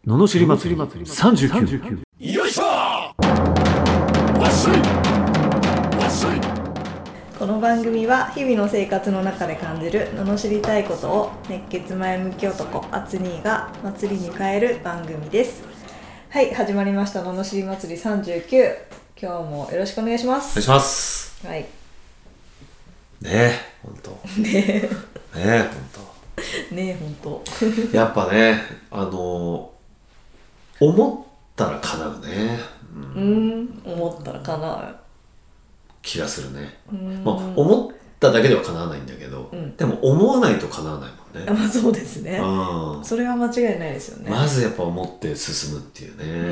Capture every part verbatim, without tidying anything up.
ののしり祭りさんじゅうきゅう。 よいしょわっしょいわっしょい。 この番組は日々の生活の中で感じる罵りたいことを熱血前向き男アツニーが祭りに変える番組です。はい、始まりました罵り祭りさんじゅうきゅう。今日もよろしくお願いします。 お願いします。 はい。 ねえ、ほんとねえねえ、ほんとねえ、ほんとやっぱね、あの思ったら叶うね。 うん、うん思ったら叶う気がするね。 うん、 まあ、思っただけでは叶わないんだけど、うん、でも思わないと叶わないもんね。 まあそうですね。 うん、 それは間違いないですよね。 まずやっぱ思って進むっていうね。うん、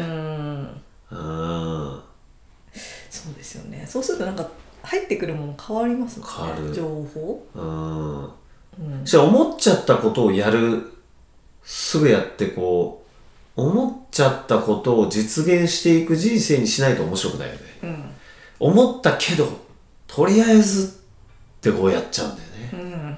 うんそうですよね。そうするとなんか入ってくるもの変わりますもんね。 変わる。 情報。うん。 うん、じゃあ思っちゃったことをやる、すぐやってこう思っちゃったことを実現していく人生にしないと面白くないよね。うん、思ったけどとりあえずってこうやっちゃうんだよね。うん、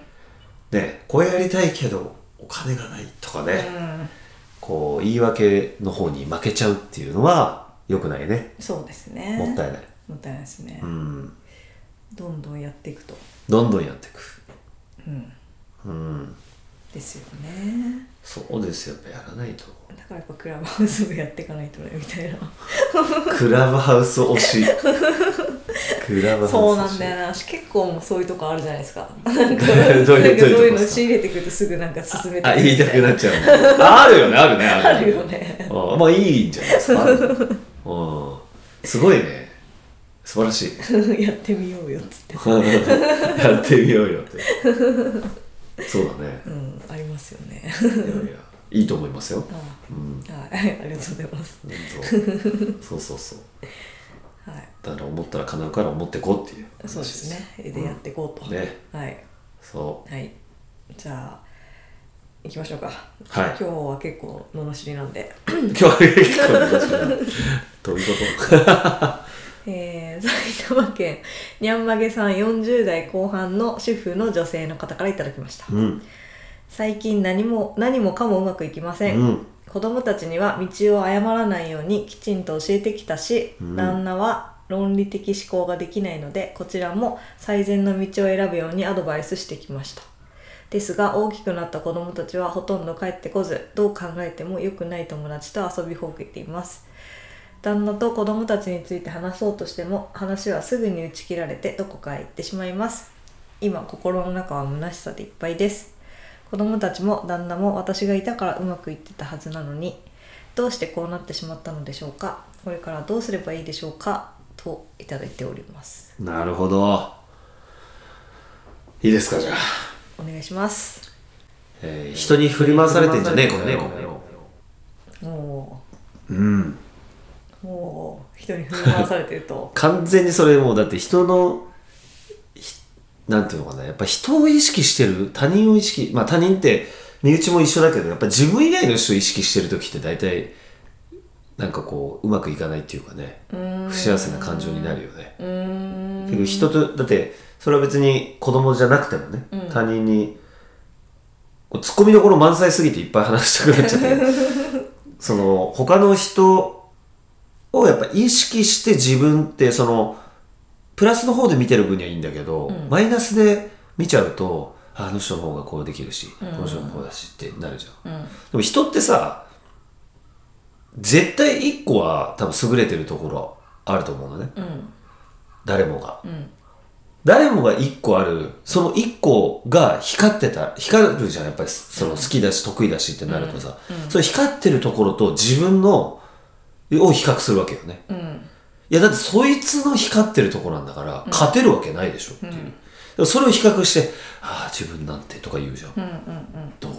でこうやりたいけどお金がないとかね、うん、こう言い訳の方に負けちゃうっていうのは良くないね。 そうですね。 もったいない。 もったいないですね。うん、どんどんやっていくと。 どんどんやっていく。 うんうん、 ですよね。 そうですよ、やっぱやらないと。 だからやっぱクラブハウスをやっていかないとねみたいなクラブハウス推しクラブハウス推し。 そうなんだよな。私結構もうそういうとこあるじゃないですか。なんかそういうの仕入れてくるとすぐなんか進めてくる。 あ、言いたくなっちゃうあるよね、あるね、あるあるよね。 あ、まあいいんじゃないですか。うん、すごいね、素晴らしいやってみようよっつってやってみようよってそうだね。 うん、ありますよね。 いやいや、いいと思いますよ。 ああ、 うん、 はい、ありがとうございます。 そうそうそう。 はい。 だから思ったら叶うから思っていこうっていう話です。 そうですね。でやっていこうと。 うん、ね。はい。そう。 はい。じゃあ行きましょうか。 はい。 今日は結構罵りなんで。 今日は結構罵りなんで。どういうことえー、埼玉県にゃんまげさんよんじゅう代後半の主婦の女性の方からいただきました。うん、最近何も何もかもうまくいきません。うん、子供たちには道を誤らないようにきちんと教えてきたし、うん、旦那は論理的思考ができないのでこちらも最善の道を選ぶようにアドバイスしてきました。ですが大きくなった子供たちはほとんど帰ってこず、どう考えても良くない友達と遊びほうけています。旦那と子供たちについて話そうとしても話はすぐに打ち切られてどこかへ行ってしまいます。今心の中は虚しさでいっぱいです。子供たちも旦那も私がいたからうまくいってたはずなのに、どうしてこうなってしまったのでしょうか。これからどうすればいいでしょうかといただいております。 なるほど。いいですか、じゃあお願いします。 えー、人に振り回されてんじゃねえこの野郎。 もううんもう人に振り回されてると完全にそれもうだって人のなんていうのかな、やっぱ人を意識してる、他人を意識、まあ他人って身内も一緒だけどやっぱ自分以外の人を意識してる時って大体なんかこううまくいかないっていうかね、不幸せな感情になるよね。うーん、結局人とだってそれは別に子供じゃなくてもね、うん、他人にこうツッコミどころ満載すぎていっぱい話したくなっちゃってその他の人をやっぱ意識して自分ってそのプラスの方で見てる分にはいいんだけど、うん、マイナスで見ちゃうとあの人の方がこうできるし、うん、この人の方だしってなるじゃん、うん、でも人ってさ絶対一個は多分優れてるところあると思うのね、うん、誰もが、うん、誰もが一個ある、その一個が光ってた、光るじゃんやっぱりその好きだし得意だしってなるとさ、うんうん、それ光ってるところと自分のを比較するわけよね、うん、いやだってそいつの光ってるところなんだから、うん、勝てるわけないでしょっていう、うん、でもそれを比較してああ自分なんてとか言うじゃん、うんうんうん、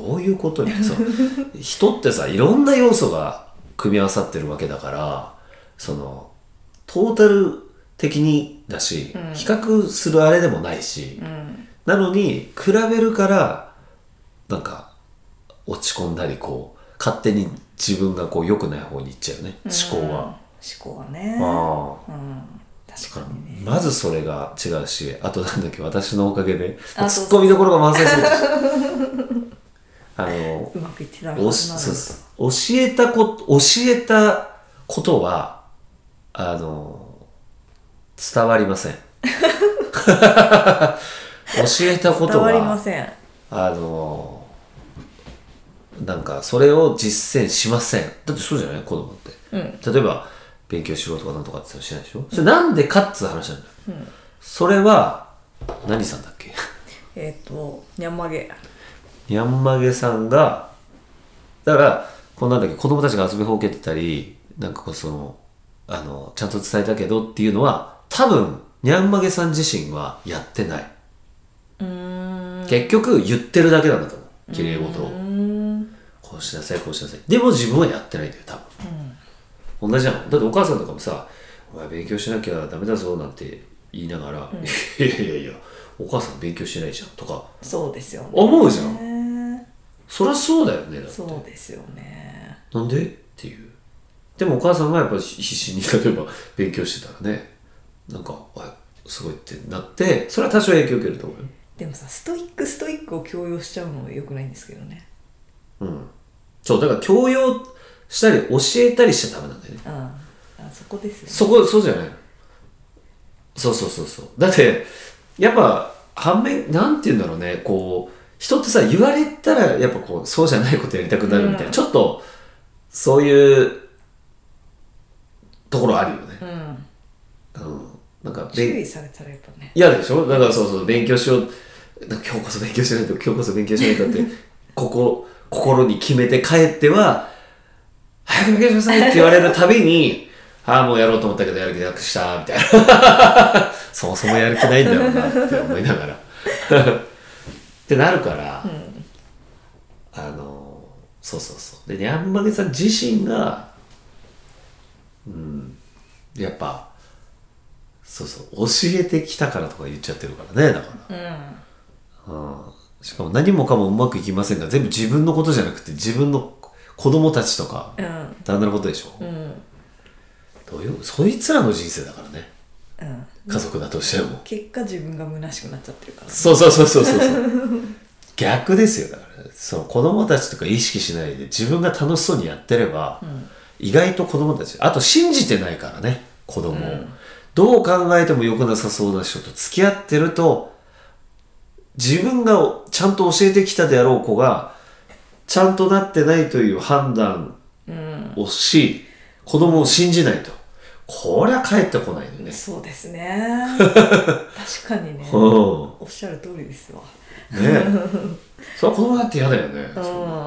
どういうことにさ人ってさいろんな要素が組み合わさってるわけだからそのトータル的にだし、うん、比較するあれでもないし、うん、なのに比べるからなんか落ち込んだりこう勝手に自分がこう良くない方に行っちゃうね、うん、思考は思考はね、あ、うん、確かにね。 まずそれが違うし、あとなんだっけ、私のおかげでツッコミどころが満載するあのうまくいってたおしそうそう教えたこ教えたことはあの伝わりません教えたこと伝わりまはせん。 あのなんかそれを実践しません。だってそうじゃない子供って、 うん、 例えば勉強しろとかなんとかって言ったらしないでしょ、うん、それなんでかっつう話なんだよ、 うん、 それは何さんだっけえっ、ー、とにゃんまげにゃんまげさんがだからこんなんだっけ子供たちが遊びほうけてたりなんかこうそのあのちゃんと伝えたけどっていうのは多分にゃんまげさん自身はやってない。 うーん結局言ってるだけなんだと思う。綺麗事をうーんこうしなさいこうしなさいでも自分はやってないんだよ多分、うん、同じじゃん。だってお母さんとかもさお前勉強しなきゃダメだぞなんて言いながら、うん、いやいやいやお母さん勉強しないじゃんとかそうですよね思うじゃん。そりゃそうだよね。だってそうですよね。 なんでっていう。でもお母さんがやっぱり必死に例えば勉強してたらねなんかあすごいってなってそれは多少影響を受けると思うよ。 でもさストイックストイックを強要しちゃうのは良くないんですけどね。 うんそうだから強要したり教えたりしちゃダメなんだよね。 ああそこですよね。 そこそうじゃないの。そうそうそうそうだってやっぱ反面なんて言うんだろうねこう人ってさ言われたらやっぱこうそうじゃないことやりたくなるみたいな、うん、ちょっとそういうところあるよね。うん、うん、なんか注意されたらやっぱね嫌でしょ。だからそうそう勉強しよう今日こそ勉強しないと今日こそ勉強しないとってここ心に決めて帰っては早く勉強しなさいって言われるたびにああもうやろうと思ったけどやる気なくしたみたいなそもそもやる気ないんだろうなって思いながらってなるから、うん、あのそうそうそうでにゃんまげさん自身がうんやっぱそうそう教えてきたからとか言っちゃってるからねだから、うんうん、しかも何もかもうまくいきませんが全部自分のことじゃなくて自分の子供たちとか、うん、旦那のことでしょ、うん、どういうそいつらの人生だからね、うん、家族だとしても結果自分が虚しくなっちゃってるから、ね、 そうそうそうそうそう逆ですよ。だからその子供たちとか意識しないで自分が楽しそうにやってれば、うん、意外と子供たちあと信じてないからね子供を、うん、どう考えても良くなさそうな人と付き合ってると自分がちゃんと教えてきたであろう子がちゃんとなってないという判断をし、うん、子供を信じないとこりゃ帰ってこないよね。 そうですね確かにね、うん、おっしゃる通りですわねそれは子供だって嫌だよね、うん、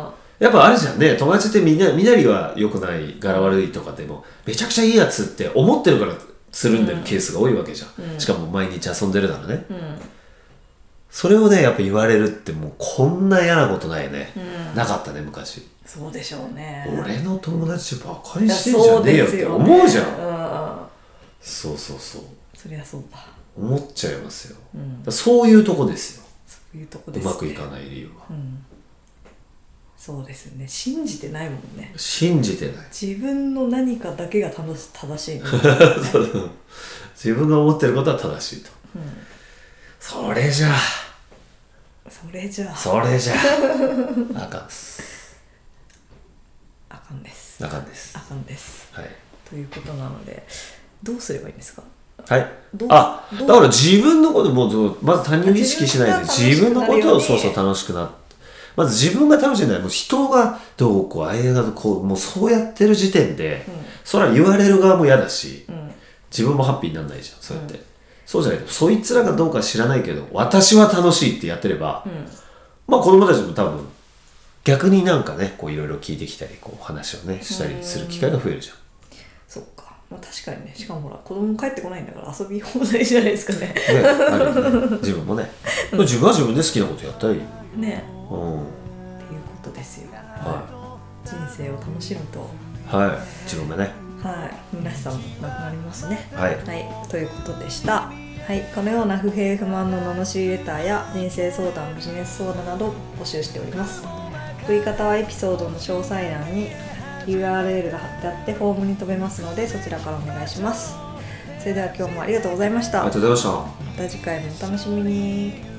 やっぱあるじゃんね友達ってみんなみなりは良くない柄悪いとかでもめちゃくちゃいいやつって思ってるからつるんでるケースが多いわけじゃん、うん、しかも毎日遊んでるならね、うん、それをねやっぱ言われるってもうこんな嫌なことないね、うん、なかったね昔。 そうでしょうね。 俺の友達ばかりしてんじゃねえよって思うじゃん、うん、そうそうそうそりゃそうだ思っちゃいますよ、うん、そういうとこですよ。 そういうとこですね。 うまくいかない理由は、うん、 そうですよね。信じてないもんね。 信じてない自分の何かだけが正し、正しい、ね、 そうそう自分が思ってることは正しいと、うん、それじゃあそれじゃあそれじゃああかんですあかんですあかんですあかんです、 はい、 ということなのでどうすればいいんですか。 はい、あだから自分のこともまず他人を意識しないで自分のことをそうそう楽しくなってまず自分が楽しいんだよ。もう人がどうこうあれがこうもうそうやってる時点で、うん、それは言われる側も嫌だし、うん、自分もハッピーにならないじゃんそうやって、うん、そうじゃないとそいつらがどうか知らないけど私は楽しいってやってれば、うん、まあ子供たちも多分逆になんかねこういろいろ聞いてきたりこう話をねしたりする機会が増えるじゃん。 そっか、まあ、確かにね。しかもほら子供帰ってこないんだから遊び放題じゃないですかね。ねあるよね自分もね自分は自分で好きなことやったりね、 うん、 っていうことですよ、 はい、 人生を楽しむとはい自分がねはい皆さんもなくなりますね、 はい、 はい、ということでした。はい、このような不平不満の罵りレターや人生相談ビジネス相談などを募集しております。送り方はエピソードの詳細欄に ユーアールエル が貼ってあってフォームに飛べますのでそちらからお願いします。それでは今日もありがとうございました。 ありがとうございました。 また次回もお楽しみに。